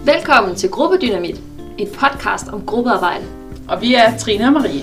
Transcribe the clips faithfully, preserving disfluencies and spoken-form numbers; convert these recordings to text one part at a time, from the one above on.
Velkommen til Gruppedynamit, et podcast om gruppearbejde. Og vi er Trine og Marie.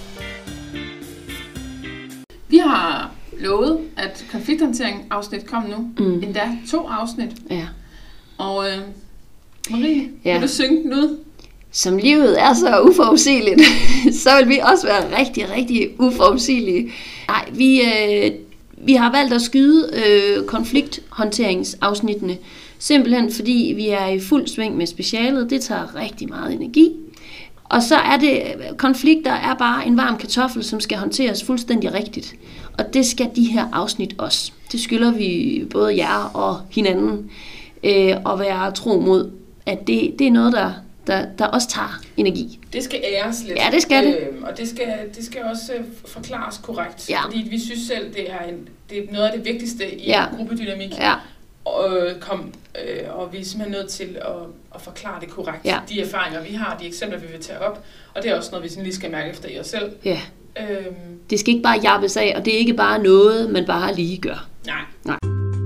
Vi har lovet, at konflikthåndtering afsnit kom nu. Mm. Endda to afsnit. Ja. Og øh, Marie, ja. vil du synge den ud? Som livet er så uforudsigeligt, så vil vi også være rigtig, rigtig uforudsigelige. Nej, vi, øh, vi har valgt at skyde øh, konflikthåndteringsafsnittene. Simpelthen fordi vi er i fuld sving med specialet. Det tager rigtig meget energi. Og så er det, konflikter er bare en varm kartoffel, som skal håndteres fuldstændig rigtigt. Og det skal de her afsnit også. Det skylder vi både jer og hinanden øh, at være tro mod, at det, det er noget, der, der, der også tager energi. Det skal æres lidt. Ja, det skal det. Øh, og det skal, det skal også forklares korrekt. Ja. Fordi vi synes selv, det er, en, det er noget af det vigtigste i ja. gruppedynamik. Ja. Og, kom, øh, og vi er simpelthen nødt til at, at forklare det korrekt. Ja. De erfaringer, vi har, de eksempler, vi vil tage op. Og det er også noget, vi sådan lige skal mærke efter i os selv. Ja. Øhm. Det skal ikke bare jappes af, og det er ikke bare noget, man bare lige gør. Nej. Nej.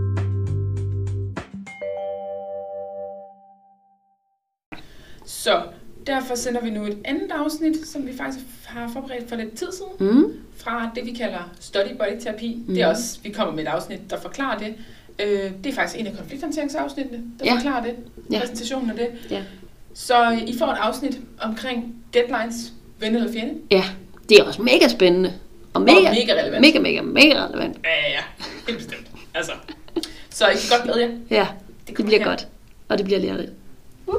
Så derfor sender vi nu et andet afsnit, som vi faktisk har forberedt for lidt tid siden. Mm. Fra det, vi kalder Study Body Terapi. Mm. Det er også, vi kommer med et afsnit, der forklarer det. Øh, det er faktisk en af konflikthåndteringsafsnittene, der ja. forklarer det. Ja. Præsentationen af det. Ja. Så I får et afsnit omkring deadlines, ven eller fjende. Ja, det er også mega spændende. Og mega, og mega relevant. Mega, mega, mega relevant. Ja, ja, ja. Helt bestemt. Altså. Så I kan godt glæde jer. Ja, det, det bliver her. Godt. Og det bliver lærerigt. Uh.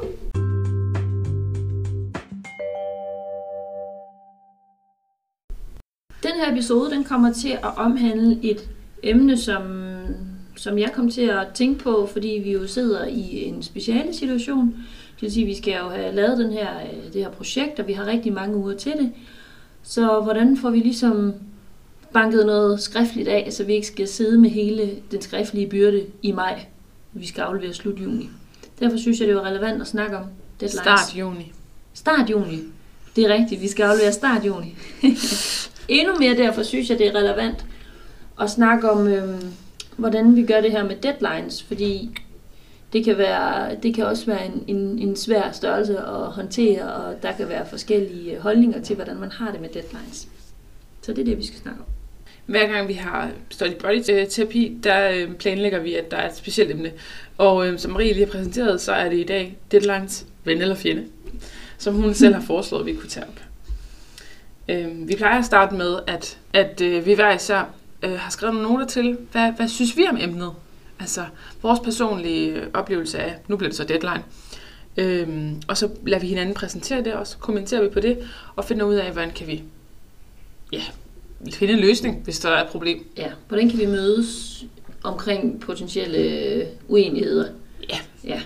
Den her episode, den kommer til at omhandle et emne, som, som jeg kom til at tænke på, fordi vi jo sidder i en speciale situation. Det vil sige, at vi skal jo have lavet den her, det her projekt, og vi har rigtig mange uger til det. Så hvordan får vi ligesom banket noget skriftligt af, så vi ikke skal sidde med hele den skriftlige byrde i maj. Vi skal aflevere slut juni. Derfor synes jeg, det er relevant at snakke om deadlines. Start juni. Start juni. Det er rigtigt, vi skal aflevere start juni. Endnu mere derfor synes jeg, det er relevant at snakke om, øhm, hvordan vi gør det her med deadlines, fordi det kan, være, det kan også være en, en, en svær størrelse at håndtere, og der kan være forskellige holdninger til, hvordan man har det med deadlines. Så det er det, vi skal snakke om. Hver gang vi har Study Body Terapi, der planlægger vi, at der er et specielt emne. Og øh, som Marie lige har præsenteret, så er det i dag deadlines, ven eller fjende, som hun selv har foreslået, at vi kunne tage op. Øh, vi plejer at starte med, at, at øh, vi hver især øh, har skrevet nogle noter til, hvad, hvad synes vi om emnet? Altså vores personlige oplevelse af, nu bliver det så deadline. Øhm, og så lader vi hinanden præsentere det, og så kommenterer vi på det, og finder ud af, hvordan kan vi ja, finde en løsning, hvis der er et problem. Ja, hvordan kan vi mødes omkring potentielle uenigheder? Ja. Ja.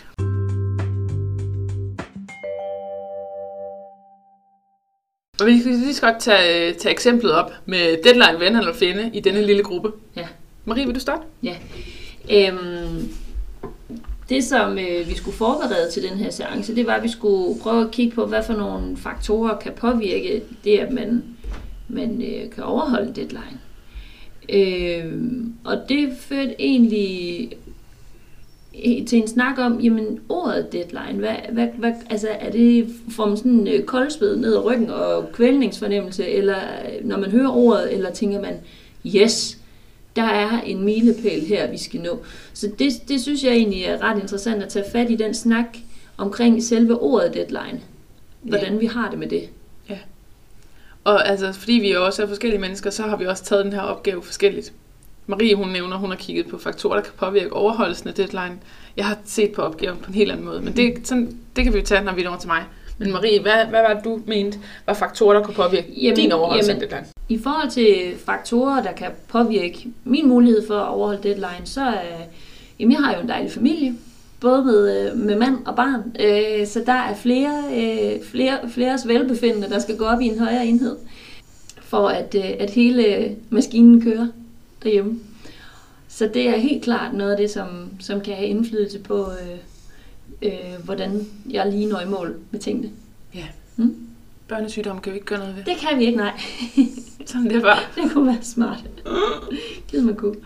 Og vi kan lige så godt tage, tage eksemplet op med deadline, ven eller fjende i denne lille gruppe. Ja. Marie, vil du starte? Ja. Øhm, det, som øh, vi skulle forberede til den her seance, det var, at vi skulle prøve at kigge på, hvad for nogle faktorer kan påvirke det, at man, man øh, kan overholde deadline. Øhm, og det førte egentlig til en snak om, jamen ordet deadline, hvad, hvad, hvad, altså er det får man sådan en koldsved ned ad ryggen og kvælningsfornemmelse, eller når man hører ordet, eller tænker man, yes, der er en milepæl her, vi skal nå. Så det, det synes jeg egentlig er ret interessant at tage fat i den snak omkring selve ordet deadline. Hvordan ja. vi har det med det. Ja. Og altså, fordi vi også er forskellige mennesker, så har vi også taget den her opgave forskelligt. Marie, hun nævner, hun har kigget på faktorer, der kan påvirke overholdelsen af deadline. Jeg har set på opgaven på en helt anden måde, men det, sådan, det kan vi jo tage, når vi når til mig. Men Marie, hvad, hvad var det, du mente, var faktorer, der kunne påvirke jamen, din overholdelse jamen, af deadline? I forhold til faktorer, der kan påvirke min mulighed for at overholde deadline, så øh, jamen, jeg har jo en dejlig familie, både med, øh, med mand og barn. Øh, så der er flere, øh, flere, fleres velbefindende, der skal gå op i en højere enhed, for at, øh, at hele maskinen kører derhjemme. Så det er helt klart noget af det, som, som kan have indflydelse på, øh, øh, hvordan jeg lige når i mål med tingene. Ja. Hmm? Børnesygdom kan vi ikke gøre noget ved. Det kan vi ikke, nej. Sådan det var. Det kunne være smart. Gid man kunne.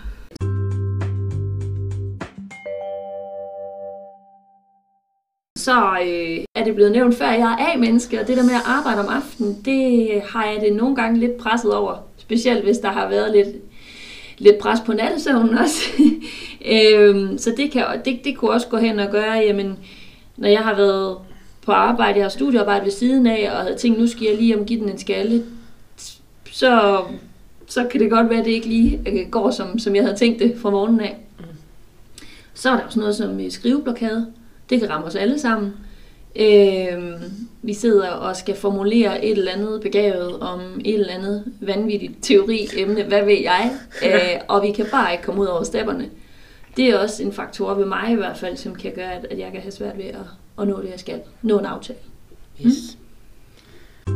så øh, er det blevet nævnt før, jeg er A-menneske, og det der med at arbejde om aftenen, det har jeg det nogle gange lidt presset over. Specielt hvis der har været lidt, lidt pres på nattesøvnen også. øhm, så det, kan, det, det kunne også gå hen og gøre, jamen, når jeg har været på arbejde, jeg har studiearbejde ved siden af, og havde tænkt, nu skal jeg lige omgive den en skalle, så, så kan det godt være, at det ikke lige går, som, som jeg havde tænkt det fra morgenen af. Mm. Så er der også noget som skriveblokade. Det kan ramme os alle sammen. Øh, vi sidder og skal formulere et eller andet begavet om et eller andet vanvittigt teori-emne, hvad ved jeg, øh, og vi kan bare ikke komme ud over stepperne. Det er også en faktor ved mig i hvert fald, som kan gøre, at jeg kan have svært ved at, at nå det, jeg skal. Nå en aftale. Yes. Mm.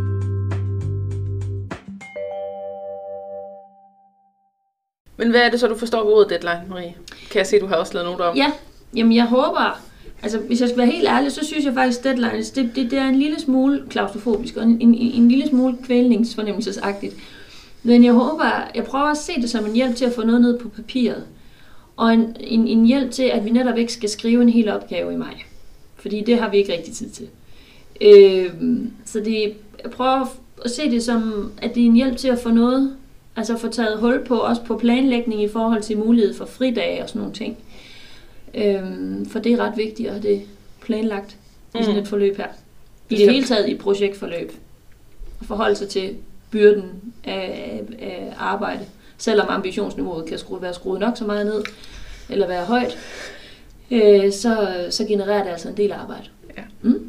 Men hvad er det så, du forstår ved ordet deadline, Marie? Kan jeg se, du har også lavet noget om? Ja, jamen jeg håber, altså hvis jeg skal være helt ærlig, så synes jeg faktisk, deadlines, det, det, det er en lille smule klaustrofobisk, og en, en, en lille smule kvælningsfornemmelsesagtigt. Men jeg håber, jeg prøver at se det som en hjælp til at få noget ned på papiret. Og en, en, en hjælp til, at vi netop ikke skal skrive en hel opgave i maj. Fordi det har vi ikke rigtig tid til. Øh, så det, jeg prøver at se det som, at det er en hjælp til at få noget, altså få taget hul på, også på planlægning i forhold til mulighed for fridage og sådan nogle ting. Øhm, for det er ret vigtigt at have det planlagt i sådan et forløb her. I det hele taget i et projektforløb. Og forholde sig til byrden af, af arbejde. Selvom ambitionsniveauet kan skrue, være skruet nok så meget ned, eller være højt, øh, så, så genererer det altså en del arbejde. Ja. Mm?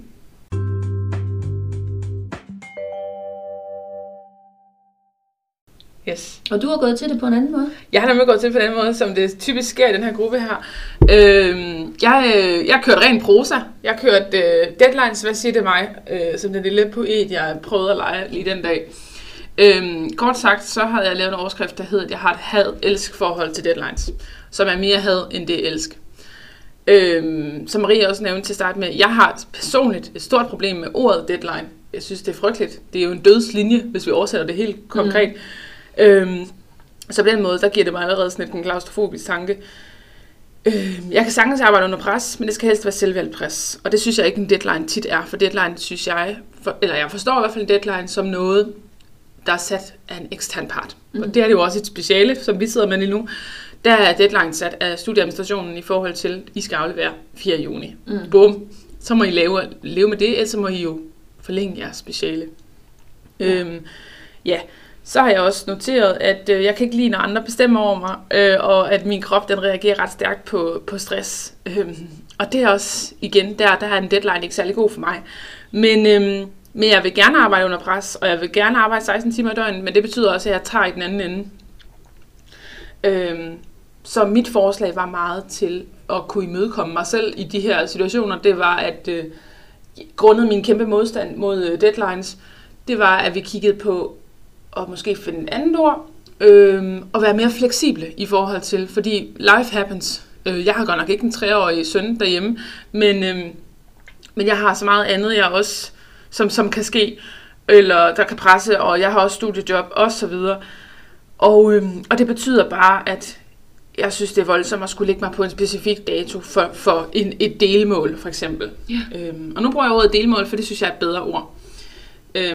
Yes. Og du har gået til det på en anden måde? Jeg har nemlig gået til det på en anden måde, som det typisk sker i den her gruppe her. Øhm, jeg, øh, jeg kørte ren prosa. Jeg kørte øh, deadlines, hvad siger det mig, øh, som den lille poet, jeg prøvede at lege lige den dag. Øhm, kort sagt, så havde jeg lavet en overskrift, der hedder, at jeg har et had-elsk forhold til deadlines, som er mere had, end det er elsk. Øhm, som Marie også nævnte til at starte med, jeg har personligt et stort problem med ordet deadline. Jeg synes, det er frygteligt. Det er jo en dødslinje, hvis vi oversætter det helt konkret. Mm. Øhm, så på den måde, der giver det mig allerede sådan en klaustrofobisk tanke. Øhm, jeg kan sagtens arbejde under pres, men det skal helst være selvvalgt pres. Og det synes jeg ikke en deadline tit er, for deadline synes jeg, for, eller jeg forstår i hvert fald en deadline som noget, der er sat af en ekstern part. Mm. Og det er det jo også et speciale, som vi sidder med lige nu. Der er deadline sat af studieadministrationen i forhold til, I skal aflevere fjerde juni. Mm. Bum. Så må I lave, leve med det, ellers så må I jo forlænge jeres speciale. Ja. Øhm, ja. Så har jeg også noteret, at øh, jeg kan ikke lide, når andre bestemmer over mig, øh, og at min krop den reagerer ret stærkt på, på stress. Øhm, og det er også, igen, der, der er en deadline ikke særlig god for mig. Men, øhm, men jeg vil gerne arbejde under pres, og jeg vil gerne arbejde seksten timer i døgnet, men det betyder også, at jeg tager i den anden ende. Øhm, så mit forslag var meget til at kunne imødekomme mig selv i de her situationer. Det var, at øh, grundet min kæmpe modstand mod øh, deadlines, det var, at vi kiggede på og måske finde et andet ord, øh, og være mere fleksible i forhold til, fordi life happens. Øh, jeg har godt nok ikke en treårig søn derhjemme, men, øh, men jeg har så meget andet, jeg også, som, som kan ske, eller der kan presse, og jeg har også studiejob, og så videre. Og, øh, og det betyder bare, at jeg synes, det er voldsomt at skulle lægge mig på en specifik dato for, for en, et delmål, for eksempel. Yeah. Øh, og nu bruger jeg ordet delmål, for det synes jeg er et bedre ord. Øh,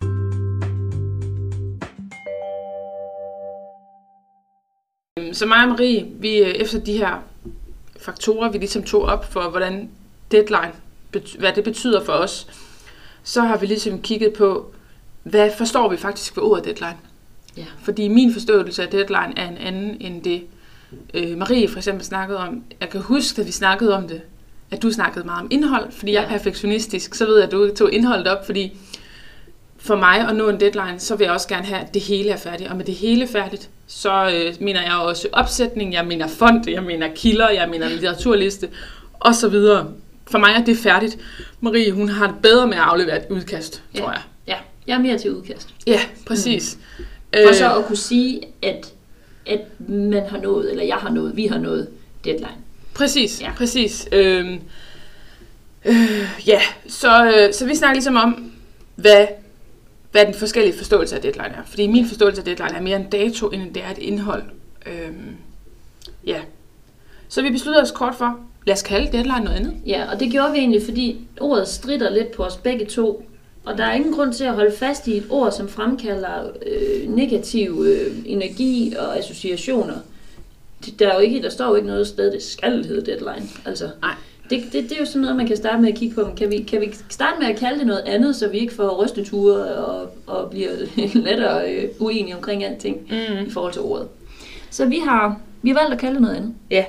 Så mig og Marie, vi efter de her faktorer, vi ligesom tog op for, hvordan deadline, hvad det betyder for os, så har vi ligesom kigget på, hvad forstår vi faktisk ved ordet deadline. Ja. Fordi min forståelse af deadline er en anden end det, øh, Marie for eksempel snakkede om. Jeg kan huske, at vi snakkede om det, at du snakkede meget om indhold, fordi ja. Jeg er perfektionistisk, så ved jeg, at du tog indholdet op, fordi for mig at nå en deadline, så vil jeg også gerne have, at det hele er færdigt. Og med det hele færdigt, så øh, mener jeg også opsætning, jeg mener font, jeg mener kilder, jeg mener litteraturliste, og så videre. For mig er det færdigt. Marie, hun har det bedre med at aflevere et udkast, ja. tror jeg. Ja, jeg er mere til udkast. Ja, præcis. Mm. For så at kunne sige, at, at man har nået, eller jeg har nået, vi har nået deadline. Præcis, ja. præcis. Øh, øh, ja, så, øh, så vi snakker ligesom om, hvad hvad den forskellige forståelse af deadline er. Fordi min forståelse af deadline er mere en dato, end det er et indhold. Øhm, ja. Så vi besluttede os kort for, lad os kalde deadline noget andet. Ja, og det gjorde vi egentlig, fordi ordet stritter lidt på os begge to. Og der er ingen grund til at holde fast i et ord, som fremkalder øh, negativ øh, energi og associationer. Der, er jo ikke, der står jo ikke noget sted, det skal hedde deadline. Altså, Nej. Det, det, det er jo sådan noget, man kan starte med at kigge på. Kan vi, kan vi starte med at kalde det noget andet, så vi ikke får rysteture og, og bliver lettere øh, uenige omkring alting mm. i forhold til ordet. Så vi har, vi har valgt at kalde det noget andet. Ja.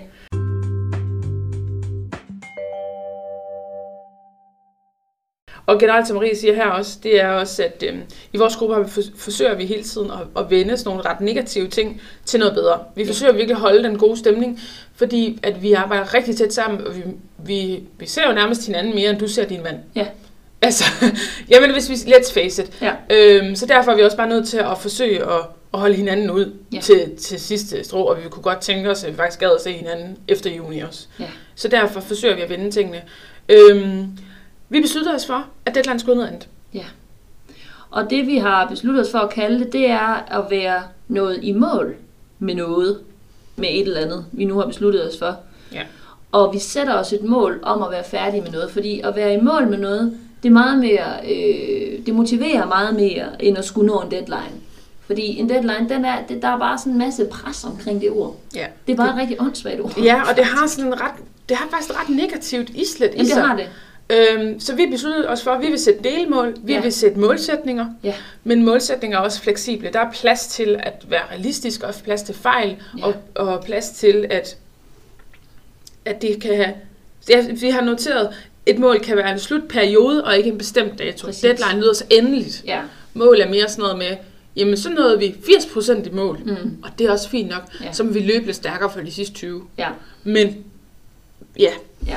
Og generelt, som Marie siger her også, det er også, at øh, i vores gruppe har vi for, forsøger vi hele tiden at, at vende sådan nogle ret negative ting til noget bedre. Vi forsøger virkelig at holde den gode stemning, fordi at vi arbejder rigtig tæt sammen, og vi, vi, vi ser jo nærmest hinanden mere, end du ser din mand. Ja. Altså, jamen hvis vi, let's face it. Ja. Øhm, så derfor er vi også bare nødt til at forsøge at, at holde hinanden ud ja. til, til sidste strå, og vi kunne godt tænke os, at vi faktisk gad at se hinanden efter juni også. Ja. Så derfor forsøger vi at vende tingene. Øhm, Vi besluttede os for, at deadline skulle noget andet. Ja. Og det vi har besluttet os for at kalde det, det er at være noget i mål med noget, med et eller andet, vi nu har besluttet os for. Ja. Og vi sætter os et mål om at være færdige med noget, fordi at være i mål med noget, det er meget mere, øh, det motiverer meget mere, end at skulle nå en deadline. Fordi en deadline, den er, det, der er bare sådan en masse pres omkring det ord. Ja. Det er bare det, et rigtig åndssvagt ord. Ja, og det har sådan en ret, det har faktisk ret negativt islet i sig. Det har det. Øhm, så vi besluttede os for, at vi vil sætte delmål, vi ja. vil sætte målsætninger, ja. men målsætninger er også fleksible. Der er plads til at være realistisk, og plads til fejl, ja. og, og plads til, at, at det kan have... Ja, vi har noteret, et mål kan være en slutperiode, og ikke en bestemt dato. Præcis. Deadline lyder så endeligt. Ja. Mål er mere sådan noget med, jamen så nåede vi firs procent i mål, mm. og det er også fint nok. Ja. Så må vi løbe lidt stærkere for de sidste tyve. Ja. Men, ja... ja.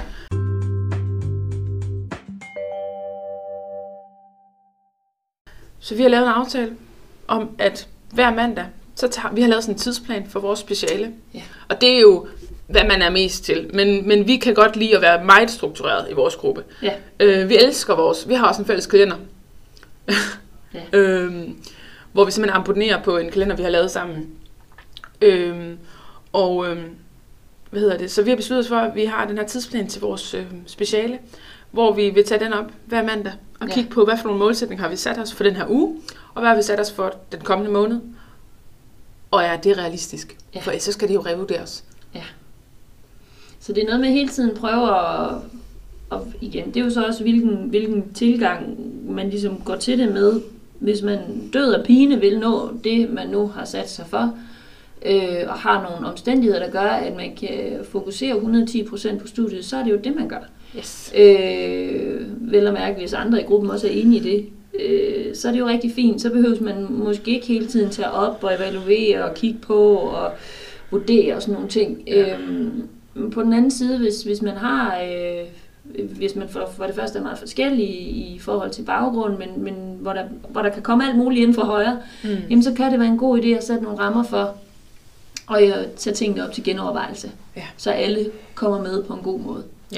Så vi har lavet en aftale om, at hver mandag, så tager, vi har lavet sådan en tidsplan for vores speciale. Ja. Og det er jo, hvad man er mest til. Men, men vi kan godt lide at være meget struktureret i vores gruppe. Ja. Øh, vi elsker vores, vi har også en fælles kalender. Ja. øhm, hvor vi simpelthen abonnerer på en kalender, vi har lavet sammen. Øhm, og øhm, hvad hedder det? Så vi har besluttet os for, at vi har den her tidsplan til vores øh, speciale, hvor vi vil tage den op hver mandag og ja. kigge på, hvad for nogle målsætninger har vi sat os for den her uge, og hvad har vi sat os for den kommende måned. Og er det realistisk? Ja. For så skal det jo revurderes. Ja. Så det er noget med hele tiden prøve at, og igen, det er jo så også, hvilken, hvilken tilgang man ligesom går til det med, hvis man død og pine vil nå det, man nu har sat sig for, øh, og har nogle omstændigheder, der gør, at man kan fokusere hundrede og ti procent på studiet, så er det jo det, man gør. Yes. Øh, vel at mærke, hvis andre i gruppen også er enige i det, øh, så er det jo rigtig fint. Så behøves man måske ikke hele tiden tage op og evaluere og kigge på og vurdere og sådan nogle ting. Ja. Øh, på den anden side, hvis, hvis man har, øh, hvis man for, for det første er meget forskellige i forhold til baggrund, men, men hvor, der, hvor der kan komme alt muligt inden for højre, mm. jamen, så kan det være en god idé at sætte nogle rammer for og tage tingene op til genovervejelse, ja. Så alle kommer med på en god måde. Ja.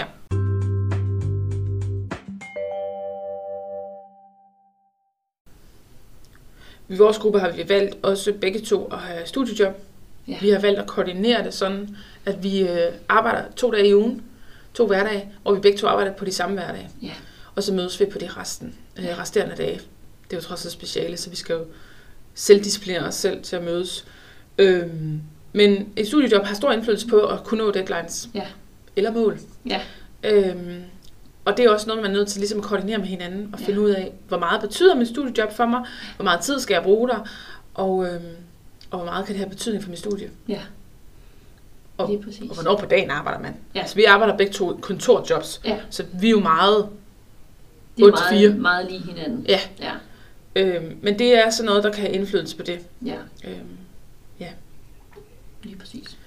I vores gruppe har vi valgt også begge to at have studiejob. Ja. Vi har valgt at koordinere det sådan, at vi øh, arbejder to dage i ugen, to hverdage, og vi begge to arbejder på de samme hverdage. Ja. Og så mødes vi på de resten, øh, resterende dage. Det er jo trods alt speciale, så vi skal jo selvdisciplinere os selv til at mødes. Øhm, men et studiejob har stor indflydelse på at kunne nå deadlines. Ja. Eller mål. Ja. Øhm, Og det er også noget, man er nødt til ligesom at koordinere med hinanden og finde ja. ud af, hvor meget betyder mit studiejob for mig, hvor meget tid skal jeg bruge der, og, øhm, og hvor meget kan det have betydning for mit studie. Ja. Og, og hvornår på dagen arbejder man. Ja. Altså, vi arbejder begge to kontorjobs, ja. Så vi er jo meget det er meget, meget lige hinanden. Ja. Ja. Øhm, men det er sådan noget, der kan have indflydelse på det. Ja. Øhm, ja. Lige præcis.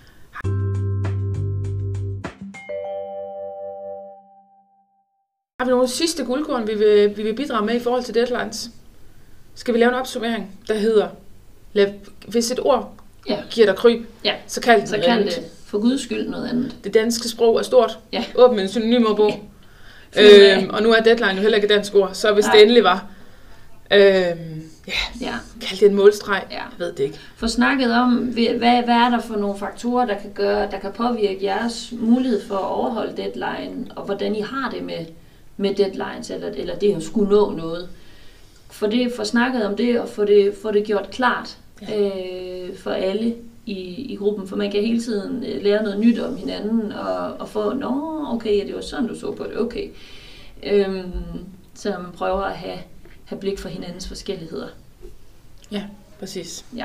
Har vi nogle sidste guldkorn, vi vil, vi vil bidrage med i forhold til deadlines? Skal vi lave en opsummering, der hedder, lad, hvis et ord ja. giver dig kryb, ja. så kan det så kan det for guds skyld noget andet. Det danske sprog er stort. Ja. Åbn en synonymordbog. Ja. Øhm, og nu er deadline jo heller ikke et dansk ord, så hvis Nej. det endelig var. Øhm, Ja, Ja. kald det en målstreg. Ja. Jeg ved det ikke. Få snakket om, hvad, hvad er der for nogle faktorer, der kan gøre, der kan påvirke jeres mulighed for at overholde deadline, og hvordan I har det med, med deadlines, eller, eller det at skulle nå noget. For det, få snakket om det, og få det, få det gjort klart ja. øh, for alle i, i gruppen, for man kan hele tiden lære noget nyt om hinanden, og, og få, nå, okay, ja, det var sådan, du så på det, okay. Øhm, så man prøver at have, have blik for hinandens forskelligheder. Ja, præcis. Ja.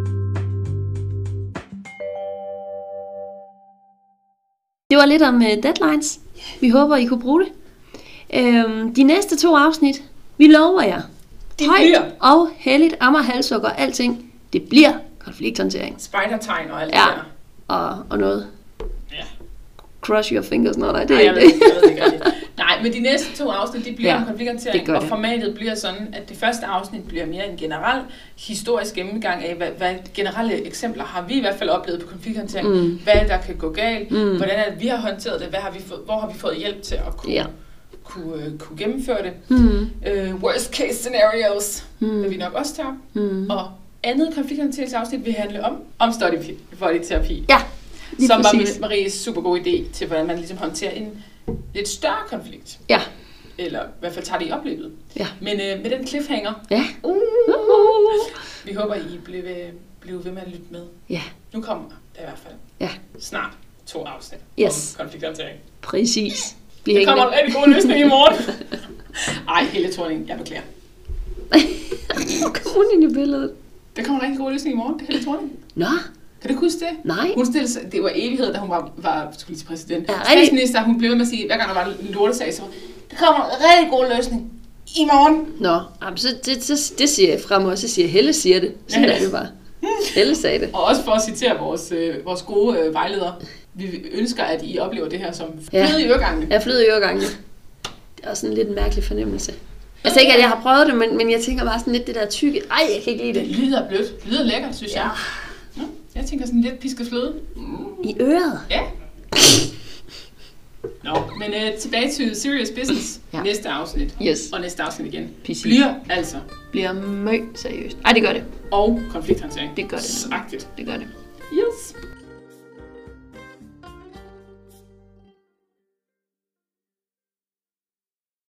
Det var lidt om uh, deadlines. Vi håber, I kunne bruge det. Øhm, de næste to afsnit, vi lover jer, Det højt bliver og heldigt, ammer, halssukker, alting, det bliver konflikthåndtering. spidertegn og alt Ja. det der. Og, og noget. Ja. Cross your fingers, når der er det. Nej, jeg ved, ikke jeg ved ikke rigtigt. Nej, men de næste to afsnit, de bliver Ja, om konflikthåndtering, det gør og det. formatet bliver sådan, at det første afsnit bliver mere en generel historisk gennemgang af, hvad, hvad generelle eksempler har vi i hvert fald oplevet på konflikthåndtering, Mm. hvad der kan gå galt, Mm. hvordan er det, vi har håndteret det, hvad har vi fået, hvor har vi fået hjælp til at kunne, Ja. kunne, uh, kunne gennemføre det. Mm. Uh, worst case scenarios Mm. vil vi nok også tage op. Mm. Og andet konflikthåndteringsafsnit vil handle om omstudy-terapi. Ja, lige Som var præcis. Maries super god idé til, hvordan man ligesom håndterer en lidt større konflikt. Ja. Eller i hvert fald tager det i opløbet. Ja. Men øh, med den cliffhanger, Ja. uh, Uh. vi håber, I bliver ved, bliver ved med at lytte med. Ja. Nu kommer der i hvert fald Ja. snart to afsnit Yes. om konflikthåndtering. Præcis. Bliv Der hængende. kommer en rigtig god løsning i morgen. Ej, Helle Thorning, jeg beklager. Kom hun ind i billedet. Der kommer en rigtig god løsning i morgen, det er Helle Thorning. Nå, Kan du ikke huske det? nej. Hun stillede sig, det var evighed, da hun var, var skulle lige til præsident. Ja, rigtig. Statsminister, hun blev ved med at sige, hver gang der var en lortesag, så der kommer en rigtig god løsning i morgen. Nå, jamen, så det, det, det siger jeg fremover, så siger Helle siger det. Sådan Ja. er det bare. Helle sagde det. Og også for at citere vores, øh, vores gode øh, vejledere, vi ønsker, at I oplever det her som Ja. fløde i øregangene. Jeg flød i øregangene. Det er også sådan lidt en mærkelig fornemmelse. Jeg tænker, at jeg har prøvet det, men, men jeg tænker bare sådan lidt det der tykke. Ej, jeg kan ikke lide Det det. lyder blødt, det lyder lækkert, synes Ja. jeg. Ja, jeg tænker sådan lidt pisket fløde. Mm. I øret. Ja. Nå, men øh, tilbage til Serious Business. Ja. Næste afsnit. Yes. Og næste afsnit igen. Præcis. Bliver altså. Bliver møg seriøst. Ej, det gør det. Og konflikthåndtering. Det gør det. Agtigt. Det gør det. Yes.